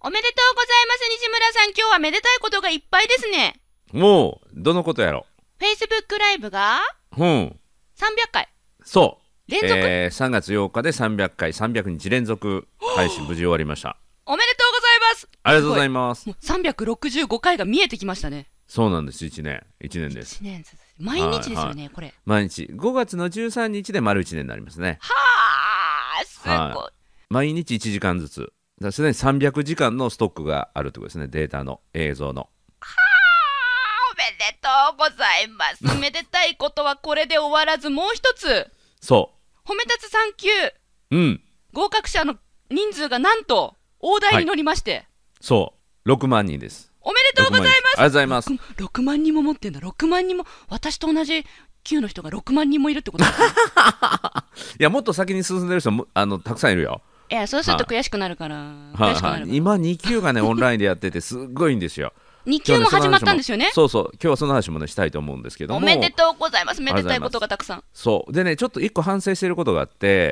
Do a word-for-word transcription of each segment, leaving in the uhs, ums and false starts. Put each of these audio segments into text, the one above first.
おめでとうございます西村さん。今日はめでたいことがいっぱいですね。 もうどのことやろ。 Facebook ライブがうんさんびゃっかい。 そう連続、 えー、さんがつようかでさんびゃっかい、さんびゃくにち連続配信無事終わりました。 おめでとうございます。 ありがとうございます。 もうさんびゃくろくじゅうごかいが見えてきましたね。 そうなんです。いちねんいちねんです。 いちねん毎日ですよね、はいはい、これ毎日ごがつのじゅうさんにちで丸いちねんになりますね。 はあすごい、はい、 毎日いちじかんずつだすでにさんびゃくじかんのストックがあるということですね。データの映像の。 はあおめでとうございます。めでたいことはこれで終わらず、もう一つ。 そう褒め立つさん級、 うん、 合格者の人数がなんと大台に乗りまして、はい、 そうろくまんにんです。 おめでとうございます。ありがとうございます。 6, ろくまんにんも持ってんだ。ろくまんにんも、私と同じ級の人がろくまんにんもいるってことですねいやもっと先に進んでる人もあのたくさんいるよ。 いやそうすると悔しくなるから、はあ、悔しくなるから、はあ、 今に級がねオンラインでやっててすっごいんですよ。 に級も始まったんですよね。 そうそう、今日はその話もねしたいと思うんですけども。 おめでとうございます。めでたいことがたくさん。 そうでね、ちょっといっこ反省していることがあって。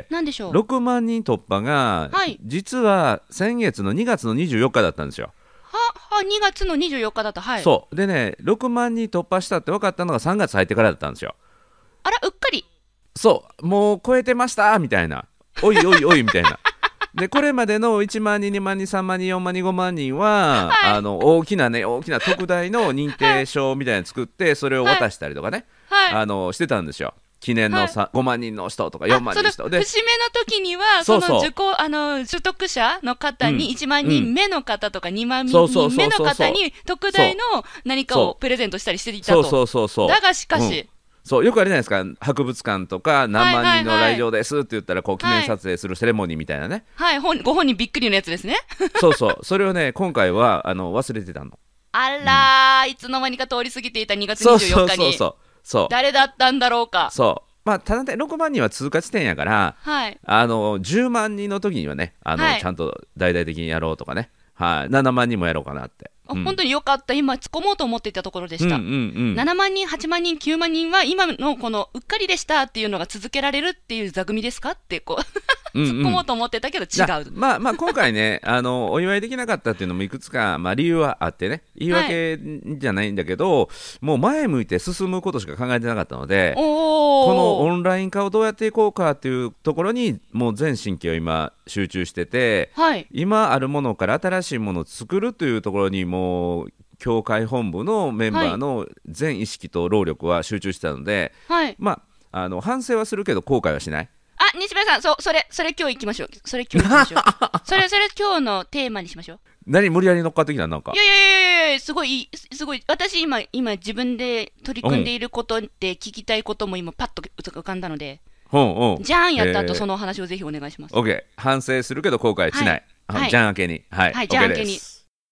何でしょう。 ろくまんにん突破が、はい、実は先月のにがつのにじゅうよっかだったんですよ。 ははにがつのにじゅうよっかだった。はい。 そうでね、ろくまんにん突破したって分かったのがさんがつ入ってからだったんですよ。 あらうっかり。 そうもう超えてましたみたいな、おいおいおいみたいなでこれまでのいちまんにん、にまんにん、さんまんにん、よんまんにん、ごまんにんは、はい、あの大きなね大きな特大の認定証みたいなの作ってそれを渡したりとかね、はい、あのしてたんですよ。記念のさ、はい、ごまんにんの人とかよんまんにんの人で、 節目の時にはその受講あの取得者の方にいちまんにんめの方とかにまんにんめの方に特大の何かをプレゼントしたりしていたと。 そうそうそうそう。 だがしかし、うんそうよくあるじゃないですか、博物館とか何万人の来場ですって言ったらこう記念撮影するセレモニーみたいなね、 はいはい、ご本人びっくりのやつですねそうそうそれをね今回はあの忘れてたの。 あら、うん、いつの間にか通り過ぎていたにがつにじゅうよっかに。 そうそうそうそう、 誰だったんだろうか。 そうまあ、ただねろくまんにんは通過地点やから、はい、あのじゅうまんにんの時にはねあの、はい、ちゃんと大々的にやろうとかね、はい、ななまんにんもやろうかなって。 うん、本当によかった。今突っ込もうと思っていたところでした、うんうんうん、ななまんにん、はちまんにん、きゅうまんにんは今のこのうっかりでしたっていうのが続けられるっていう座組ですかってこう突っ込もうと思ってたけど違う。 まあまあ今回ねあのお祝いできなかったっていうのもいくつか、まあ、理由はあってね、言い訳じゃないんだけど、はい、もう前向いて進むことしか考えてなかったので、このオンライン化をどうやっていこうかっていうところにもう全神経を今集中してて、はい、今あるものから新しいものを作るというところにもう協会本部のメンバーの全意識と労力は集中してたので、はい、まあ、あの反省はするけど後悔はしない。 あ、西村さん、そ、それ、それ今日行きましょう。それ今日行きましょう。それ、それ今日のテーマにしましょう。 何無理やり乗っかってきたなんか。 いやいやいやいや、すごい、すごい。私今、今自分で取り組んでいることで聞きたいことも今パッと浮かんだので、うんうん、じゃんやった後、えー、そのお話をぜひお願いします。 OK。反省するけど後悔しない。はい、じゃん明けに。はい。はい、じゃん明けに。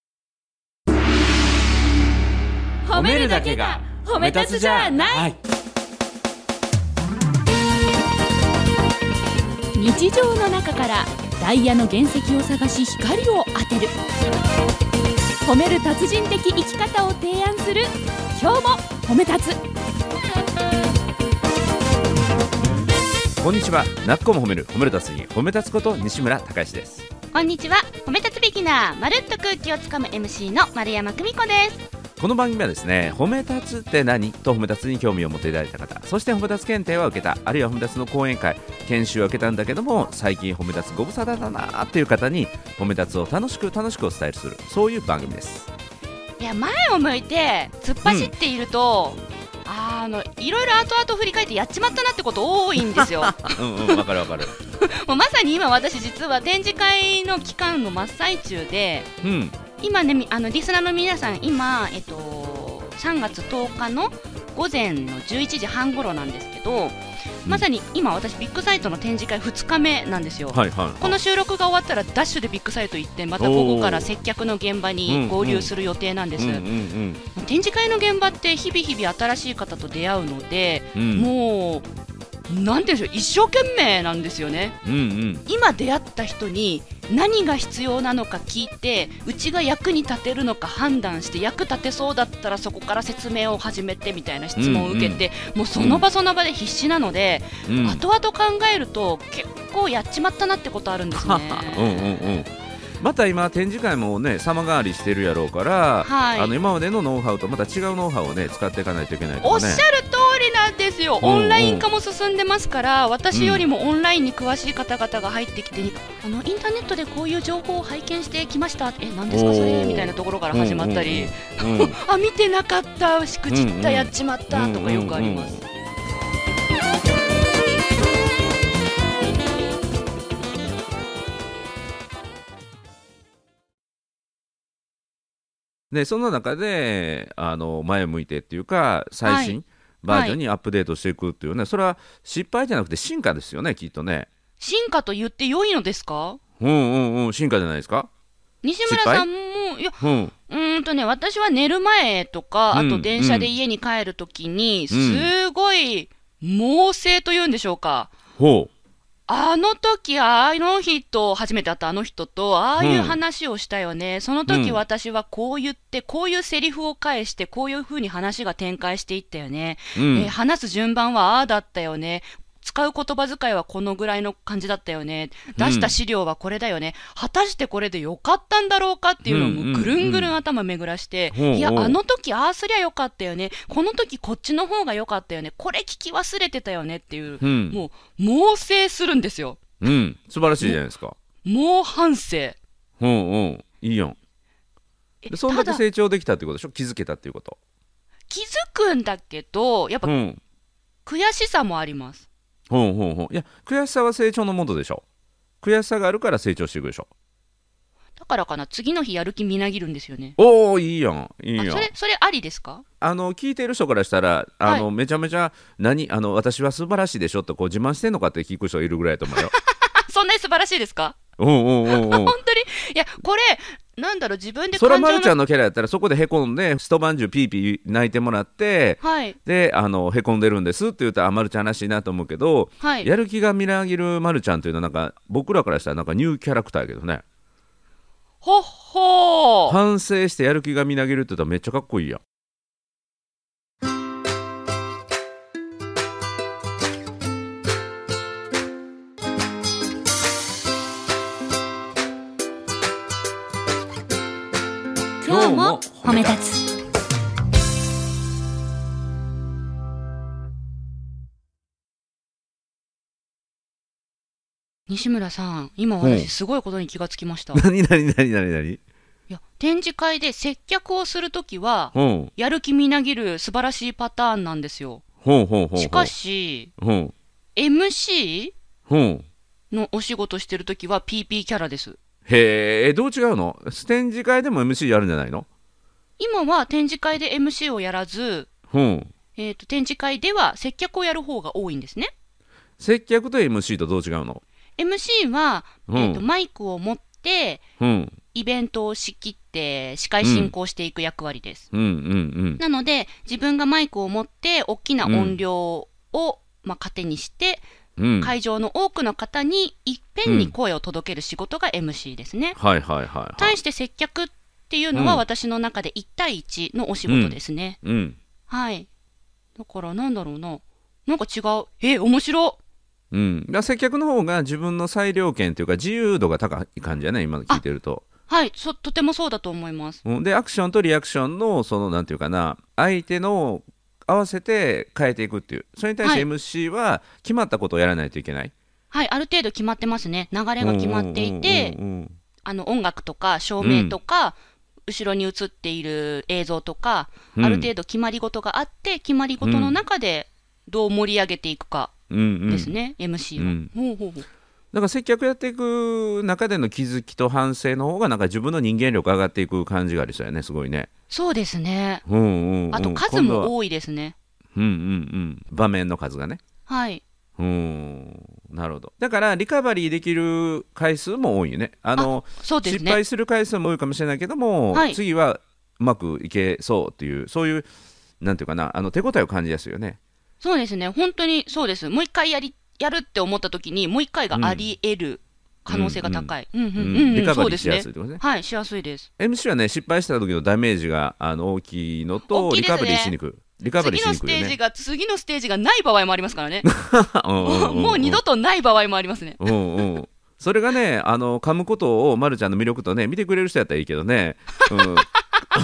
褒めるだけが褒め立つじゃない。はい、日常の中からダイヤの原石を探し光を当てる、褒める達人的生き方を提案する今日も褒め立つ。 こんにちは。なっこも褒める褒める達人褒め立つこと西村孝之です。 こんにちは。褒め立つビギナーまるっと空気をつかむ エムシー の丸山久美子です。 この番組はですね、褒め立つって何と褒め立つに興味を持っていただいた方、そして褒め立つ検定は受けた、あるいは褒め立つの講演会研修を受けたんだけども最近褒め立つご無沙汰だなっていう方に褒め立つを楽しく楽しくお伝えする、そういう番組です。 いや、前を向いて突っ走っていると、うん、あのいろいろ後々振り返ってやっちまったなってこと多いんですようんうん、わかるわかるもうまさに今私実は展示会の期間の真っ最中で、うん、今ね、あのリスナーの皆さん今、えっと、さんがつとおかの午前のじゅういちじはん頃なんですけど、まさに今私ビッグサイトの展示会ふつかめなんですよ、はいはいはい、この収録が終わったらダッシュでビッグサイト行ってまた午後から接客の現場に合流する予定なんです。展示会の現場って日々日々新しい方と出会うので、うん、もうなんていうんでしょう、一生懸命なんですよね、うんうん、今出会った人に何が必要なのか聞いてうちが役に立てるのか判断して、役立てそうだったらそこから説明を始めてみたいな質問を受けて、うんうん、もうその場その場で必死なので、うん、後々考えると結構やっちまったなってことあるんですねうんうん、うん、 また今展示会もね様変わりしてるやろうから、はい、あの今までのノウハウとまた違うノウハウをね使っていかないといけないとかね。 おっしゃる通りなんですよ。オンライン化も進んでますから、私よりもオンラインに詳しい方々が入ってきて、うん、あのインターネットでこういう情報を拝見してきました、え何ですかそれみたいなところから始まったり、うんうんうん、あ見てなかった、しくじった、うんうん、やっちまったとかよくあります。うんうんうん、 でその中であの前向いてっていうか最新バージョンにアップデートしていくっていうね、はい、それは失敗じゃなくて進化ですよね、きっとね。 進化と言って良いのですか？ うんうんうん、進化じゃないですか。 西村さんもいや、うん、うーんとね私は寝る前とか、うん、あと電車で家に帰るときに、うん、すごい猛省というんでしょうか、 ほうあの時あの人初めて会ったあの人とああいう話をしたよね、うん、その時私はこう言ってこういうセリフを返してこういう風に話が展開していったよね、うんえー、話す順番はああだったよね、使う言葉遣いはこのぐらいの感じだったよね、出した資料はこれだよね、うん、果たしてこれでよかったんだろうかっていうのをもうぐるんぐるん頭巡らして、うんうんうん、いやあの時ああすりゃよかったよね、この時こっちの方がよかったよね、これ聞き忘れてたよねっていう、うん、もう猛省するんですよ。 うん素晴らしいじゃないですか。 猛反省。 うんうんいいやん。でそんだけ成長できたってことでしょ、気づけたっていうこと。 気づくんだけどやっぱ、うん、悔しさもあります。 ほうほうほう。いや悔しさは成長のもとでしょ。悔しさがあるから成長していくでしょ。 だからかな、次の日やる気みなぎるんですよね。 おおいいやんいいやん。 それそれありですか？ あの聞いている人からしたらあの、はい、めちゃめちゃ何あの私は素晴らしいでしょとこう自慢してんのかって聞く人いるぐらいだと思うよ。 そんなに素晴らしいですか？ うんうんうんうん。本当にいやこれなんだろう、自分でそらまるちゃんのキャラやったらそこでへこんで一晩中ピーピー泣いてもらって、はい、であのへこんでるんですって言ったらあまるちゃんらしいなと思うけど、はい、やる気がみなぎるまるちゃんというのはなんか僕らからしたらなんかニューキャラクターやけどね。 ほっほー。 反省してやる気がみなぎるって言ったらめっちゃかっこいいやん。 今日も褒め立つ。西村さん、今私すごいことに気がつきました。 何何何何何？いや展示会で接客をするときは、うん、やる気みなぎる素晴らしいパターンなんですよ。 ほうほうほうほう。 しかし、うん、エムシー のお仕事してるときは ピーピー キャラです。 へえ、どう違うの？展示会でも エムシー やるんじゃないの？ 今は展示会で エムシー をやらず、うん、えーと、展示会では接客をやる方が多いんですね。 接客と エムシー とどう違うの？ エムシー は、うんえーと、マイクを持って、うん、イベントを仕切って司会進行していく役割です、うんうんうんうん、なので自分がマイクを持って大きな音量を、まあ、糧にして、うん、会場の多くの方にいっぺんに声を届ける仕事が エムシー ですね、うんはいはいはいはい、対して接客っていうのは私の中でいち対いちのお仕事ですね、うんうん、はいだからなんだろうな、なんか違う、え面白いうん、だ接客の方が自分の裁量権というか自由度が高い感じやね、今の聞いてると。 はいそとてもそうだと思います。 でアクションとリアクションのそのなんていうかな、相手の合わせて変えていくっていう、それに対して エムシー は決まったことをやらないといけない。 はい、ある程度決まってますね。流れが決まっていて、あの音楽とか照明とか、うん、後ろに映っている映像とか、うん、ある程度決まり事があって決まり事の中でどう盛り上げていくかですね、うんうん、エムシー は、うん、ほうほうほう。 だから接客やっていく中での気づきと反省の方がなんか自分の人間力上がっていく感じがありそうやね、すごいね。 そうですね、 うんうんうん、 あと数も多いですね。 うんうんうん、場面の数がね。 はい、 うんなるほど。だからリカバリーできる回数も多いよね。あのあそうですね、 失敗する回数も多いかもしれないけども、はい、次はうまくいけそうっていう、そういうなんていうかな、あの手応えを感じやすいよね。 そうですね、本当にそうです。もう一回やりやるって思った時にもう一回があり得る可能性が高い。リカバリーしやすいってことね。 はい、しやすいです。 エムシー はね、失敗した時のダメージがあの大きいのと、ね、リカバリーしにくい。リカバリーしにくいよね。次のステージが次のステージがない場合もありますからね。もう二度とない場合もありますね。 うんうんそれがねあの噛むことをまるちゃんの魅力とね見てくれる人やったらいいけどね、うん、今今は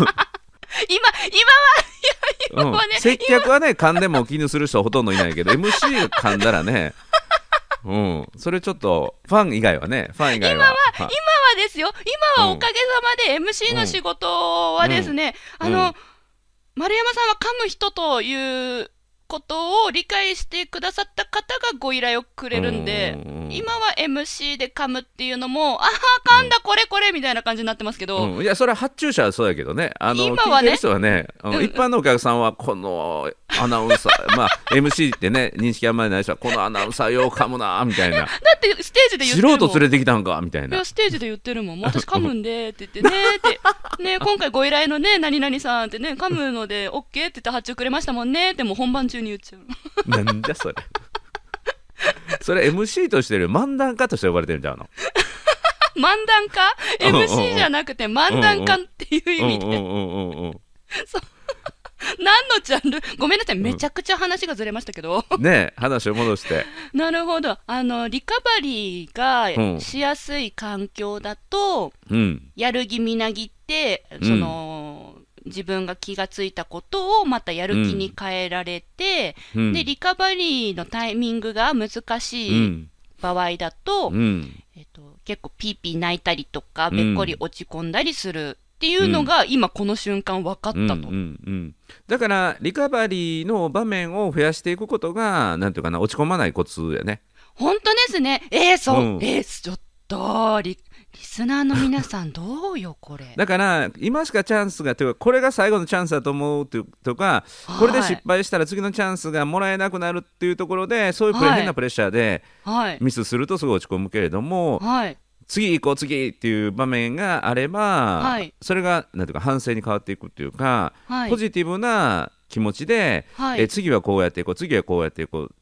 今はね、うん、接客はね噛んでも気にする人はほとんどいないけどエムシー が噛んだらねうん、それちょっとファン以外はねファン以外は今は、今はですよ今はおかげさまで エムシー の仕事はですね、うんうん、あの、うん、丸山さんは噛む人ということを理解してくださった方がご依頼をくれるんで、うん、今は エムシー で噛むっていうのもああ噛んだこれこれみたいな感じになってますけど、 うん、いやそれは発注者はそうやけどねあの今はね聞いてる人はね、うん、一般のお客さんはこのアナウンサーまあ エムシー ってね認識あんまりない人はこのアナウンサーよう噛むなみたいなだってステージで言ってるもん素人連れてきたんかみたいないやステージで言ってるもん私噛むんでって言ってねってね今回ご依頼のね何々さんってね噛むので OK って言って発注くれましたもんねってもう本番中に言っちゃうなんだそれそれ エムシー としてる漫談家として呼ばれてるんじゃんの漫談家 エムシー じゃなくて漫談家っていう意味でそう何のジャンルごめんなさいめちゃくちゃ話がずれましたけど、 うん、ねえ話を戻してなるほどあのリカバリーがしやすい環境だと、うん、やる気みなぎって、うん、その自分が気がついたことをまたやる気に変えられて、うん、でリカバリーのタイミングが難しい場合だと、うんえっと、結構ピーピー泣いたりとかべっこり落ち込んだりするっていうのが今この瞬間分かったと、うんうんうん、 だからリカバリーの場面を増やしていくことがなんていうかな落ち込まないコツやね本当ですねえー、そう、うん、えー、ちょっとリリスナーの皆さんどうよこれだから今しかチャンスがというかこれが最後のチャンスだと思うとかこれで失敗したら次のチャンスがもらえなくなるっていうところでそういうプレ、はい、変なプレッシャーでミスするとすごい落ち込むけれども、はい、次行こう次っていう場面があれば、はい、それがなんていうか反省に変わっていくっていうか、はい、ポジティブな気持ちで、はい、え次はこうやっていこう次はこうやっていこう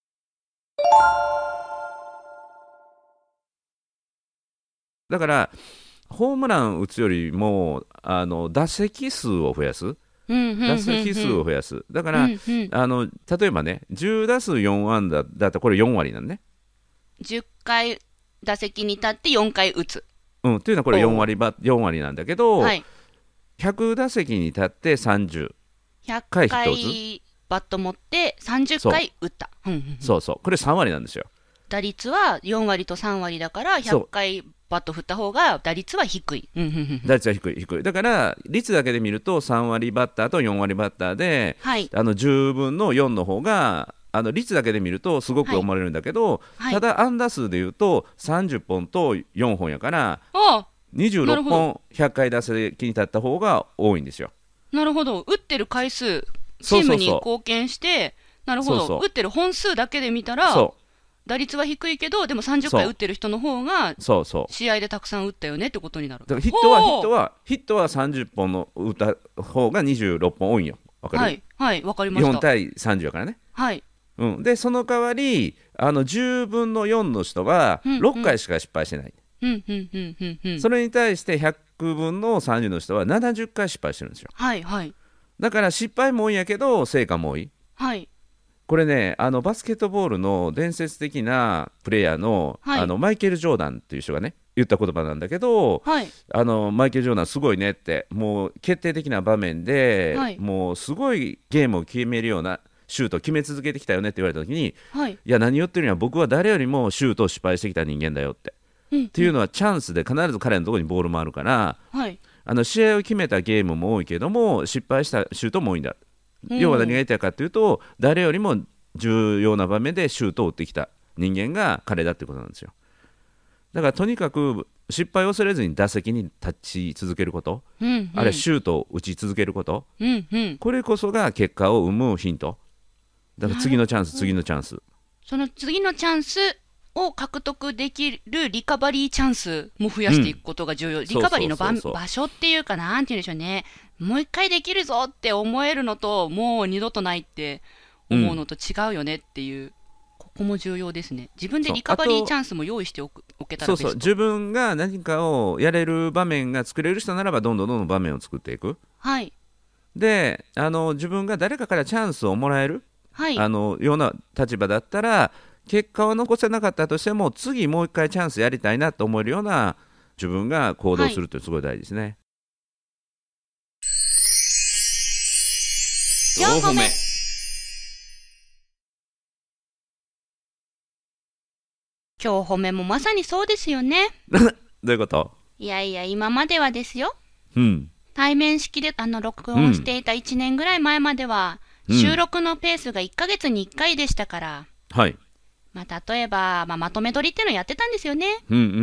だからホームラン打つよりもあの打席数を増やす、打席数を増やすだから、うんうん、あの例えばねじゅう打数よん安打だったらこれよん割なんねじゅっかい打席に立ってよんかい打つ、 うん、っていうのはこれよん割ばよん割なんだけど、はい、ひゃく打席に立ってさんじゅうかいヒット打つひゃっかいバット持ってさんじゅっかい打った、 そう、うんうん、そうそうこれさん割なんですよ打率はよん割とさん割だからひゃっかいバット振った方が打率は低い打率は低い低いだから率だけで見るとさん割バッターとよん割バッターで、はい、あのじゅうぶんのよんの方があの率だけで見るとすごく思われるんだけど、はい、ただ安打数でいうとさんじゅっぽんとよんほんやからにじゅうろっぽんひゃっかい打席に立った方が多いんですよなるほど打ってる回数チームに貢献してなるほどそうそう打ってる本数だけで見たらそう打率は低いけどでもさんじゅっかい打ってる人の方が試合でたくさん打ったよねってことになる。 だからヒットはヒットはヒットはさんじゅっぽんの打った方がにじゅうろっぽん多いんよ。わかる？ はいはいわかりました。 よん対さんじゅうやからね。 はい。 うん、でその代わりあのじゅうぶんのよんの人はろっかいしか失敗してない。 うんうんうんうんうん。 それに対してひゃくぶんのさんじゅうの人はななじゅっかい失敗してるんですよ。 はいはい。 だから失敗も多いんやけど成果も多い。 はい。 これねあのバスケットボールの伝説的なプレイヤー の,、はい、あのマイケル・ジョーダンっていう人がね言った言葉なんだけど、はい、あのマイケル・ジョーダンすごいねってもう決定的な場面で、はい、もうすごいゲームを決めるようなシュートを決め続けてきたよねって言われた時に、はい、いや何言ってるんや僕は誰よりもシュートを失敗してきた人間だよって、うん、っていうのはチャンスで必ず彼のところにボールもあるから、はい、あの試合を決めたゲームも多いけども失敗したシュートも多いんだ、うん、要は何が言いたいかというと誰よりも重要な場面でシュートを打ってきた人間が彼だってことなんですよ。だからとにかく失敗を恐れずに打席に立ち続けること、うんうん、あるいはシュートを打ち続けること、うんうん、これこそが結果を生むヒントだから次のチャンス次のチャンスその次のチャンスを獲得できるリカバリーチャンスも増やしていくことが重要、うん、リカバリーの場所っていうかなんて言うんでしょうねもう一回できるぞって思えるのともう二度とないって思うのと違うよねっていう、うん、ここも重要ですね。自分でリカバリーチャンスも用意しておくおけたらベスト。 そうそう自分が何かをやれる場面が作れる人ならばどんどんどんどん場面を作っていく。 はいであの自分が誰かからチャンスをもらえる、はい、あのような立場だったら結果は残せなかったとしても次もう一回チャンスやりたいなと思えるような自分が行動するってすごい大事ですね。 よんほめ。今日褒めもまさにそうですよね。 どういうこと？ いやいや今まではですよ、 うん、 対面式であの録音していたいちねんぐらい前までは、うん、収録のペースがいっかげつにいっかいでしたから、 はい、 まあ、例えば、まあ、まとめ撮りっていうのをやってたんですよね。 うんうんうん、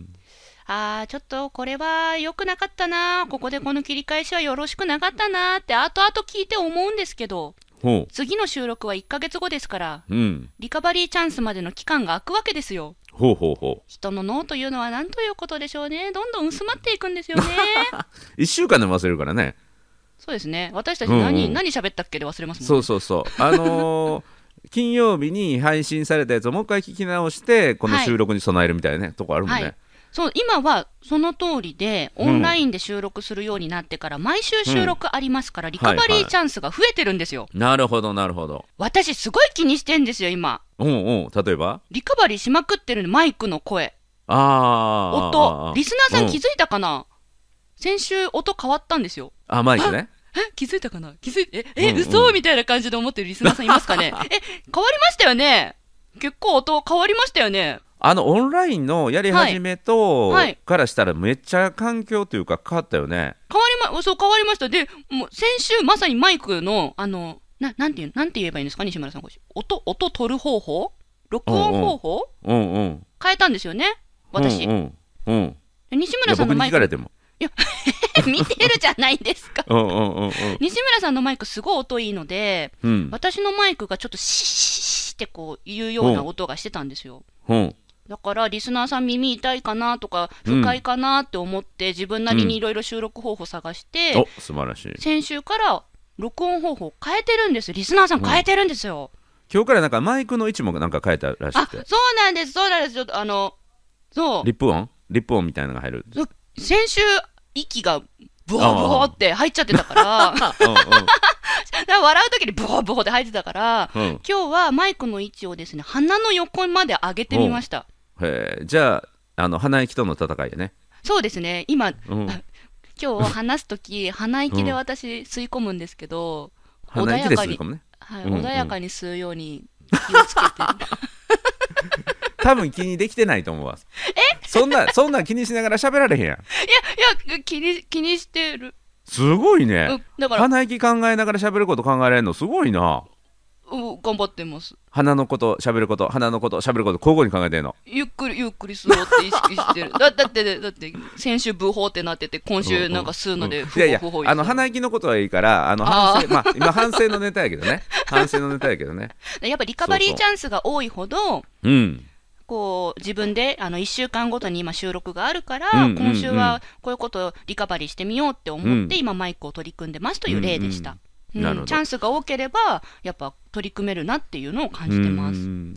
あーちょっとこれは良くなかったな、ここでこの切り返しはよろしくなかったなって後々聞いて思うんですけど、次の収録はいっかげつごですから、うん、リカバリーチャンスまでの期間が空くわけですよ。 ほうほうほう。 人の脳というのは何ということでしょうね。どんどん薄まっていくんですよね。 いっしゅうかんでも忘れるからね。 そうですね。私たち何、うんうん、何喋ったっけで忘れますもんね。 そうそうそう。あのー、金曜日に配信されたやつをもう一回聞き直してこの収録に備えるみたいな、ね、はい、とこあるもんね。はい、 そう今はその通りでオンラインで収録するようになってから、うん、毎週収録ありますから、リカバリーチャンスが増えてるんですよ。 はいはい、なるほどなるほど。 私すごい気にしてんですよ今。 うんうん。例えばリカバリーしまくってるマイクの声、 あ音、リスナーさん気づいたかな、うん、先週音変わったんですよ。 あ、マイクね。 え気づいたかな気づいてえ、え、うんうん、嘘みたいな感じで思ってるリスナーさんいますかね。え変わりましたよね。結構音変わりましたよね。 あのオンラインのやり始めと、はいはい、からしたらめっちゃ環境というか変わったよね。 変わりまそう変わりました。でもう先週まさにマイクのあのななんていうなんて言えばいいんですか西村さん、音音取る方法、録音方法、うんうんうんうん、変えたんですよね私。うんうんうん、西村さんのマイク、 いや僕に聞かれてもいや見てるじゃないですか。うんうんうんうん、西村さんのマイクすごい音いいので、うん、私のマイクがちょっとシッシッってこういうような音がしてたんですよ。うん、だからリスナーさん耳痛いかなとか不快かなって思って、うん、自分なりにいろいろ収録方法探して、 うん、お素晴らしい。 先週から録音方法変えてるんです。リスナーさん変えてるんですよ、うん、 今日からなんかマイクの位置もなんか変えたらしくて。 あそうなんですそうなんです。ちょっとあのそうリップ音リップ音みたいなのが入る。 先週息がブワブワって入っちゃってたからうん、うん、だから笑う時にブワブワって入ってたから、うん、今日はマイクの位置をですね鼻の横まで上げてみました。 へえ、じゃあ、あの鼻息との戦いでね。 そうですね今、うん、今日話す時鼻息で私吸い込むんですけど、 うん、 穏やかに、 ね、 はいうんうん、穏やかに吸うように気をつけて多分気にできてないと思うわ。えそんなそんな気にしながら喋られへんやん。いやいや気に気にしてる。 すごいね、うん、だから鼻息考えながら喋ること考えられるのすごいな。 うん、頑張ってます。 鼻のこと喋ること鼻のこと喋ること交互に考えてんの。 ゆっくりゆっくり吸おうって意識してるだ, だってだって先週ブホってなってて今週なんか吸うのでフホフホ、 いやいやあの鼻息のことはいいからあの反省、まあ、今反省のネタやけどね反省のネタやけどねやっぱリカバリーチャンスが多いほどそうそう、うんこう自分であのいっしゅうかんごとに今収録があるから、うんうんうん、今週はこういうことをリカバリーしてみようって思って、うん、今マイクを取り組んでますという例でした、うんうんうん、チャンスが多ければやっぱ取り組めるなっていうのを感じてます。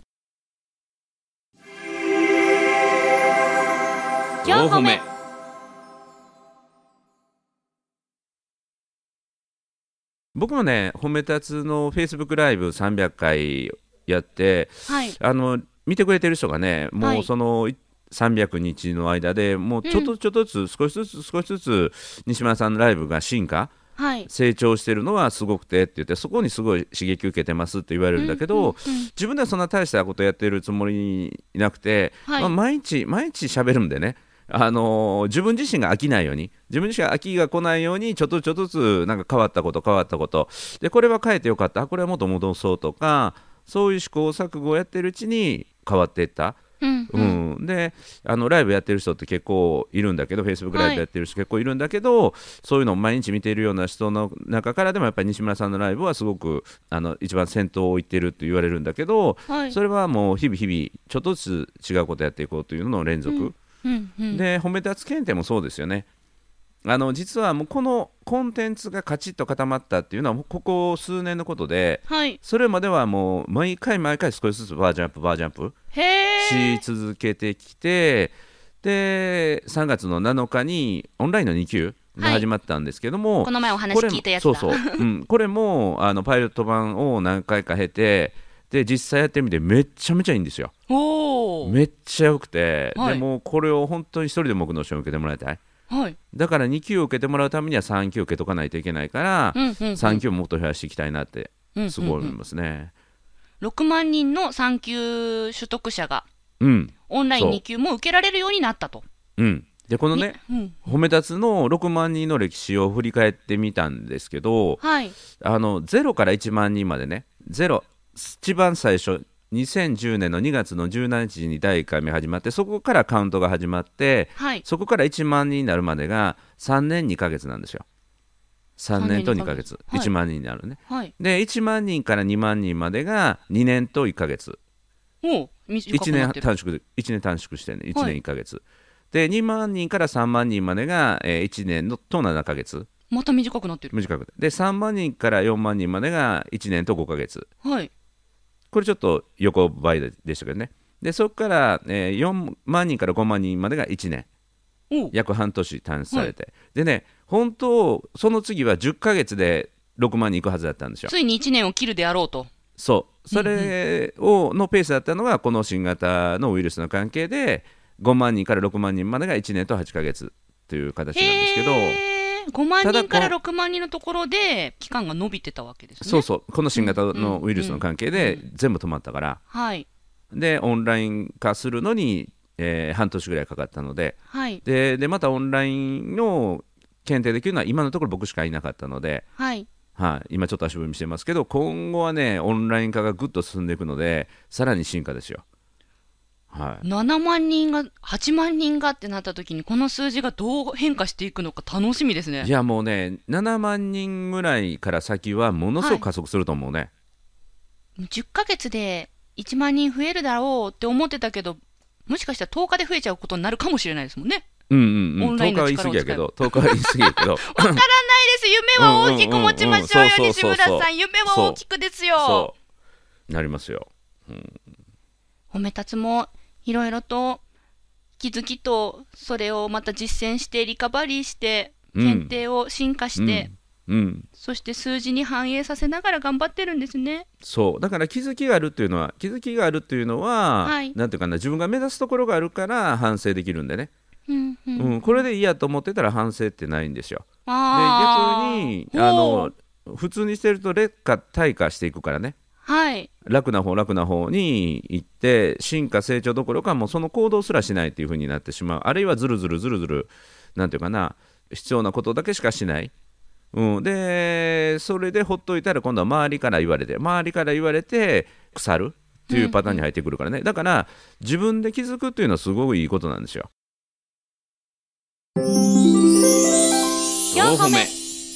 よんほめ。 僕もね褒め立つの Facebook ライブさんびゃっかいやって、はい、あの見てくれてる人がねもうその、はい、さんびゃくにちの間でもうちょっとちょっとずつ、少しずつ少しずつ西村さんのライブが進化、はい、成長してるのはすごくてって言ってそこにすごい刺激受けてますって言われるんだけど、うんうんうん、自分ではそんな大したことやってるつもりなくて、はいまあ、毎日毎日喋るんでねあのー、自分自身が飽きないように自分自身が飽きが来ないようにちょっとちょっとずつなんか変わったこと変わったことでこれは変えてよかったこれはもっと戻そうとかそういう試行錯誤をやってるうちに変わっていった、うんうんうん、であのライブやってる人って結構いるんだけど Facebook ライブやってる人結構いるんだけど、はい、そういうのを毎日見ているような人の中からでもやっぱり西村さんのライブはすごくあの一番先頭を行ってるって言われるんだけど、はい、それはもう日々日々ちょっとずつ違うことやっていこうというのの連続、うんうんうん、で褒め立つ検定もそうですよね。あの実はもうこのコンテンツがカチッと固まったっていうのはここ数年のことで、はい、それまではもう毎回毎回少しずつバージョンアップバージョンアップし続けてきてでさんがつのなのかにオンラインのに級が始まったんですけども、 はい、この前お話聞いたやつだそうそう、うん、これもあのパイロット版を何回か経てで実際やってみてめっちゃめちゃいいんですよ。 おめっちゃよくて、 はい、 でもこれを本当に一人でも多くの人に受けてもらいたい、 はい、 だからに級を受けてもらうためにはさん級受けとかないといけないから、うんうんうん、さん級ももっと増やしていきたいなってすごい思いますね、うんうんうん、 ろくまんにんのさん級取得者が、 うん、 オンラインに級も受けられるようになったと。 うん、でこのね、うん、褒め立つのろくまんにんの歴史を振り返ってみたんですけど、 はい、 あのゼロからいちまんにんまでね、ゼロ一番最初にせんじゅうねんのにがつのじゅうしちにちにだいいっかいめ始まって、そこからカウントが始まって、 はい、 そこからいちまんにんになるまでがさんねんにかげつなんですよ。さんねんとにかげつ、はい、いちまんにんになるね、 はい、 でいちまんにんからにまんにんまでがにねんといっかげつ、 お短くなってる。 いちねん短縮いちねん短縮してね、いちねんいっかげつ、はい、でにまんにんからさんまんにんまでが、えー、いちねんのとななかげつ、 また短くなってる。 短くでさんまんにんからよんまんにんまでがいちねんとごかげつ、 はい、 これちょっと横ばいでしたけどね。でそこから、えー、よんまんにんからごまんにんまでがいちねん、約半年短縮されて、はい、でね、本当その次はじゅっかげつでろくまんにんいくはずだったんですよ。 ついにいちねんを切るであろうと。 そうそれをのペースだったのがこの新型のウイルスの関係でごまんにんからろくまんにんまでがいちねんとはちかげつという形なんですけど、 ごまんにんからろくまんにんのところで期間が伸びてたわけですね。 そうそう、この新型のウイルスの関係で全部止まったから、うんうんはい、 でオンライン化するのに、えー、半年ぐらいかかったので、 はい、 で, でまたオンラインの検定できるのは今のところ僕しかいなかったので、 はいはい、今ちょっと足踏みしてますけど、今後はねオンライン化がぐっと進んでいくのでさらに進化ですよ。はい、 ななまんにんがはちまんにんがってなった時にこの数字がどう変化していくのか楽しみですね。 いやもうねななまんにんぐらいから先はものすごく加速すると思うね、 はい、じゅっかげつでいちまんにん増えるだろうって思ってたけど、もしかしたらとおかで増えちゃうことになるかもしれないですもんね。 うんうんうん、 オンラインの力を使う。 とおかは言い過ぎやけどとおかは言い過ぎやけどわからないです。夢は大きく持ちましょうよ、西村さん。夢は大きくですよ。 そうなりますよ、うん、 褒め立つもいろいろと気づきと、それをまた実践してリカバリーして検定を進化して、うんうん、そして数字に反映させながら頑張ってるんですね。 そうだから気づきがあるっていうのは気づきがあるっていうのは、 はい、 なんていうかな、自分が目指すところがあるから反省できるんでね、 うんうんうん、これでいいやと思ってたら反省ってないんですよ。 あで逆にあの普通にしてると劣化退化していくからね、 はい、 楽な方楽な方に行って進化成長どころかもうその行動すらしないっていう風になってしまう、あるいはずるずるずるずるなんていうかな、必要なことだけしかしない、うん、でそれでほっといたら今度は周りから言われて周りから言われて腐るっていうパターンに入ってくるからね、うんうん、だから自分で気づくっていうのはすごくいいことなんですよ。よんほめ。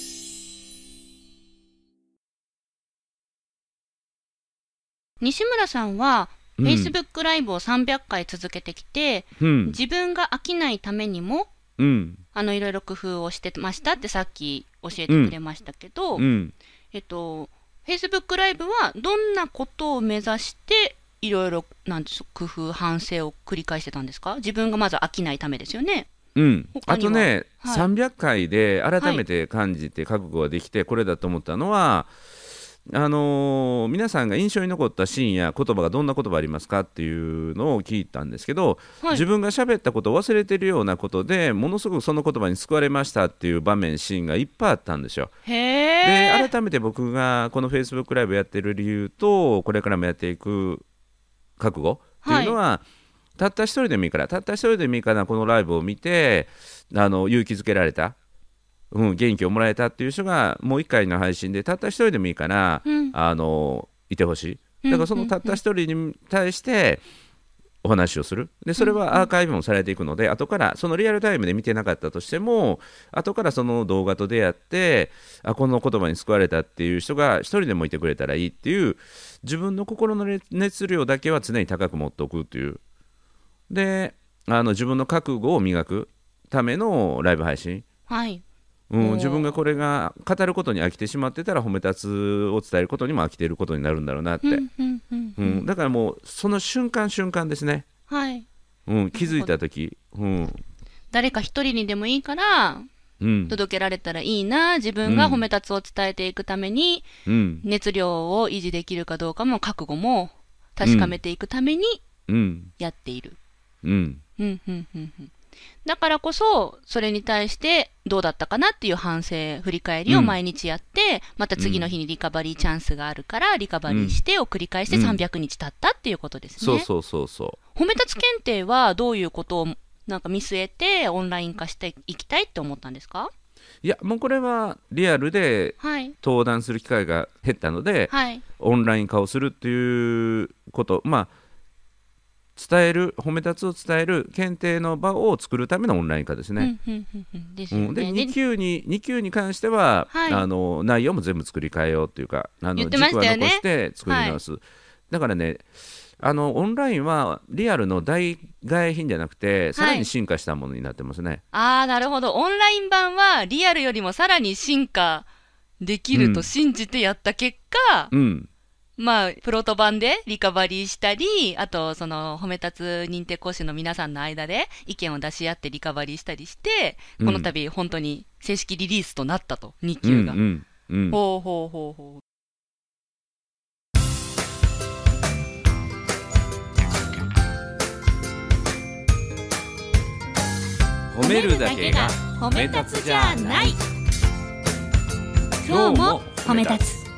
西村さんは、うん、Facebook ライブをさんびゃっかい続けてきて、うん、自分が飽きないためにも、うん、あのいろいろ工夫をしてましたってさっき教えてくれましたけど、うん、えっと Facebook ライブはどんなことを目指していろいろなんて工夫反省を繰り返してたんですか？自分がまず飽きないためですよね。 うん、あとね、はい、さんびゃっかいで改めて感じて覚悟ができてこれだと思ったのは、あのー、皆さんが印象に残ったシーンや言葉がどんな言葉ありますかっていうのを聞いたんですけど、はい、自分が喋ったことを忘れてるようなことでものすごくその言葉に救われましたっていう場面シーンがいっぱいあったんですよ。 へー。 で改めて僕がこの Facebook ライブやってる理由とこれからもやっていく覚悟っていうのは、はい、たった一人でもいいからたった一人でもいいからこのライブを見てあの勇気づけられた、うん、元気をもらえたっていう人がもういっかいの配信でたった一人でもいいから、うん、あのいてほしい。だからそのたった一人に対してお話をする。でそれはアーカイブもされていくので、後からそのリアルタイムで見てなかったとしても後からその動画と出会ってあこの言葉に救われたっていう人が一人でもいてくれたらいいっていう自分の心の熱量だけは常に高く持っておくっていう。であの自分の覚悟を磨くためのライブ配信、 はいうん、自分がこれが語ることに飽きてしまってたら褒め立つを伝えることにも飽きていることになるんだろうなって、うんうんうんうん、だからもうその瞬間瞬間ですね、 はい、 うん、気づいた時、うん、 誰か一人にでもいいから届けられたらいいな、自分が褒め立つを伝えていくために、うん、熱量を維持できるかどうかも覚悟も確かめていくためにやっている。うんうんうんうんうん、だからこそそれに対してどうだったかなっていう反省振り返りを毎日やって、うん、また次の日にリカバリーチャンスがあるからリカバリーしてを繰り返してさんびゃくにち経ったっていうことですね、うん、そうそうそうそう褒め立つ検定はどういうことをなんか見据えてオンライン化していきたいって思ったんですか？ いやもうこれはリアルで登壇する機会が減ったので、はい、オンライン化をするっていうことまあ伝える褒め立つを伝える検定の場を作るためのオンライン化ですね。でに級にに級に関しては、はい、あの内容も全部作り変えようっていうかあの軸は残して作り直す、はい、だからねあのオンラインはリアルの代替品じゃなくてさらに進化したものになってますね、はい、 あーなるほど。オンライン版はリアルよりもさらに進化できると信じてやった結果、うんうんまあ、プロト版でリカバリーしたり、あと、その、褒め立つ認定講師の皆さんの間で意見を出し合ってリカバリーしたりして、うん、この度、本当に正式リリースとなったと、に級が。うんうんうん、ほうほうほうほう。 褒めるだけが褒め立つじゃない。今日も褒め立つ。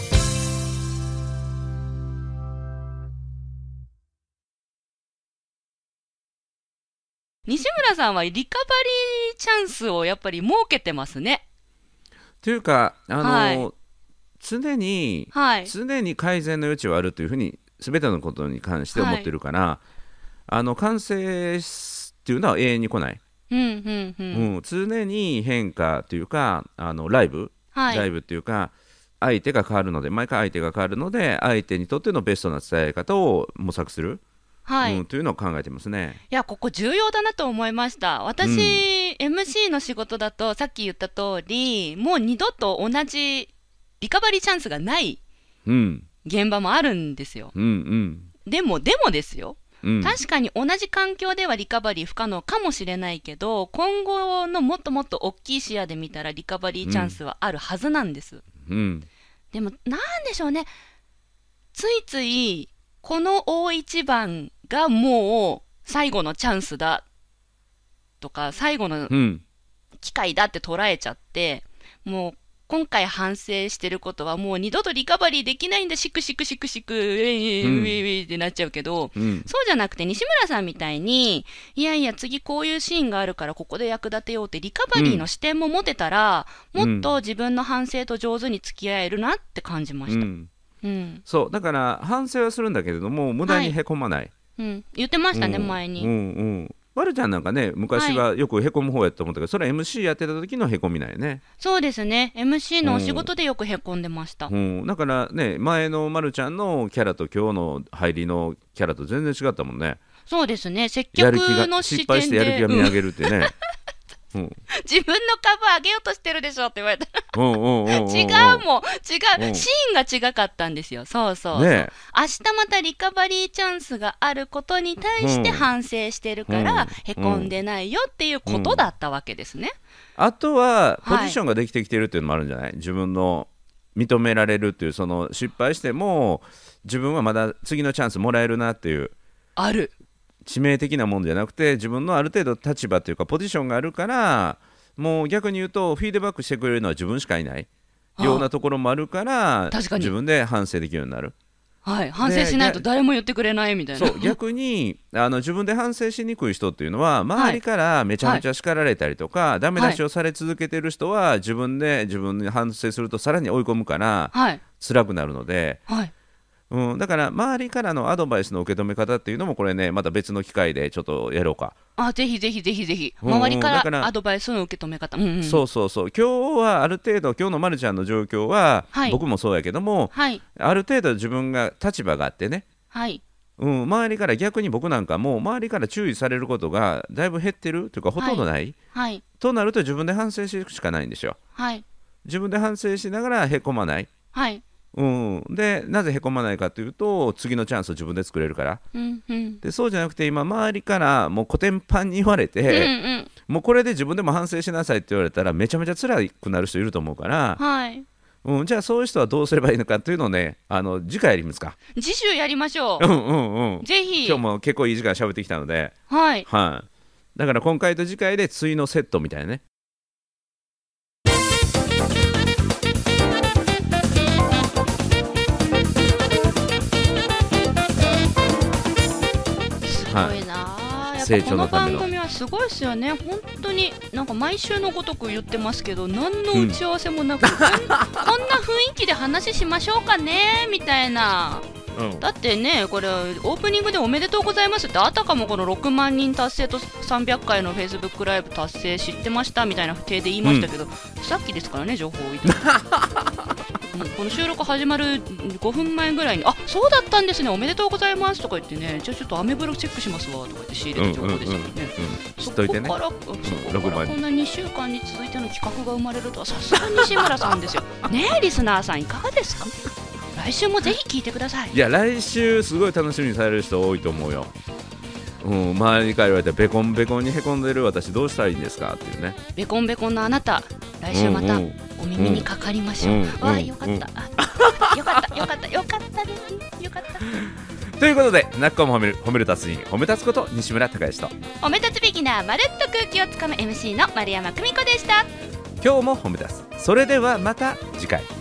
西村さんはリカバリーチャンスをやっぱり設けてますね。 というかあの、はい、常に、はい、常に改善の余地はあるというふうに全てのことに関して思ってるから、はい、あの完成っていうのは永遠に来ない、うんうんうんうん、常に変化というかあのライブ、はい、ライブっていうか相手が変わるので毎回相手が変わるので相手にとってのベストな伝え方を模索するはいうん、というのを考えてますね。 いやここ重要だなと思いました。私、うん、エムシー の仕事だとさっき言った通りもう二度と同じリカバリーチャンスがない現場もあるんですよ、うんうん、でもでもですよ、うん、確かに同じ環境ではリカバリー不可能かもしれないけど今後のもっともっと大きい視野で見たらリカバリーチャンスはあるはずなんです、うん、でもなんでしょうねついついこの大一番がもう最後のチャンスだとか最後の機会だって捉えちゃって、うん、もう今回反省してることはもう二度とリカバリーできないんだシクシクシクシクウェイウェイウェイってなっちゃうけど、うん、そうじゃなくて西村さんみたいにいやいや次こういうシーンがあるからここで役立てようってリカバリーの視点も持てたら、うん、もっと自分の反省と上手に付き合えるなって感じました、うんうん、そうだから反省はするんだけれども無駄にへこまない、はいうん、言ってましたね、うん、前に、うんうん、 まるちゃんなんかね昔はよくへこむ方やと思ったけど、はい、それは エムシー やってた時のへこみないね。 そうですね エムシー のお仕事でよくへこんでました、 うんうん、だからね前のまるちゃんのキャラと今日の入りのキャラと全然違ったもんね。 そうですね接客の視点で失敗してやる気が見上げるってねうん、自分の株上げようとしてるでしょって言われたら違うもん違うシーンが違かったんですよ。そうそうそう、ね、明日またリカバリーチャンスがあることに対して反省してるから、うん、へこんでないよっていうことだったわけですね、 うん、あとはポジションができてきてるっていうのもあるんじゃない、はい、自分の認められるっていうその失敗しても自分はまだ次のチャンスもらえるなっていうある致命的なもんじゃなくて自分のある程度立場というかポジションがあるからもう逆に言うとフィードバックしてくれるのは自分しかいないようなところもあるから自分で反省できるようになる、 はい、反省しないと誰も言ってくれないみたいな。 そう逆にあの自分で反省しにくい人っていうのは周りからめちゃめちゃ叱られたりとか、はい、ダメ出しをされ続けてる人は自分で自分に反省するとさらに追い込むから、はい、辛くなるので、はいうん、だから周りからのアドバイスの受け止め方っていうのもこれねまた別の機会でちょっとやろうか。 あぜひぜひぜひぜひ周りからアドバイスの受け止め方、うんうん、 そうそうそう今日はある程度今日のまるちゃんの状況は、はい、僕もそうやけども、はい、ある程度自分が立場があってね、はいうん、周りから逆に僕なんかもう周りから注意されることがだいぶ減ってるというかほとんどない、はいはい、となると自分で反省していくしかないんですよ、はい、自分で反省しながらへこまない、はいうん、でなぜへこまないかというと次のチャンスを自分で作れるから、うんうん、でそうじゃなくて今周りからもうコテンパンに言われて、うんうん、 もうこれで自分でも反省しなさいって言われたらめちゃめちゃ辛くなる人いると思うから、 はいうん、じゃあそういう人はどうすればいいのかというのをね、あの次回やりますか。 次週やりましょう。 うんうんうん、 ぜひ。 今日も結構いい時間喋ってきたので、 はい、 はい、だから今回と次回で対のセットみたいなね。 すごいな、はい、やっぱこの番組はすごいですよね。本当になんか毎週のごとく言ってますけど、何の打ち合わせもなく、うん、こんな雰囲気で話しましょうかねみたいな、うん、だってね、これオープニングでおめでとうございますって、あたかもこのろくまんにん達成とさんびゃっかいのフェイスブックライブ達成知ってましたみたいな体で言いましたけど、うん、さっきですからね、情報をいただいてうん、この収録始まるごふんまえぐらいに、あ、そうだったんですね、おめでとうございますとか言ってね、じゃあちょっとアメブロチェックしますわとか言って仕入れた情報でしたもんね。そこから、そこからこんなにしゅうかんに続いての企画が生まれるとはさすが西村さんですよね。えリスナーさんいかがですか。来週もぜひ聞いてください。 いや来週すごい楽しみにされる人多いと思うよ。うん、周りから言われたらベコンベコンにへこんでる私どうしたらいいんですかっていうね。 ベコンベコンのあなた、来週またお耳にかかりましょう。うんうん、わあ、よかった、うん、よかったよかったよかったよかったですよかったということで、なっこも褒める褒める達人、褒め立つこと西村孝之と褒め立つビギナーまるっと空気をつかむ エムシー の丸山久美子でした。 今日も褒め立つ。それではまた次回。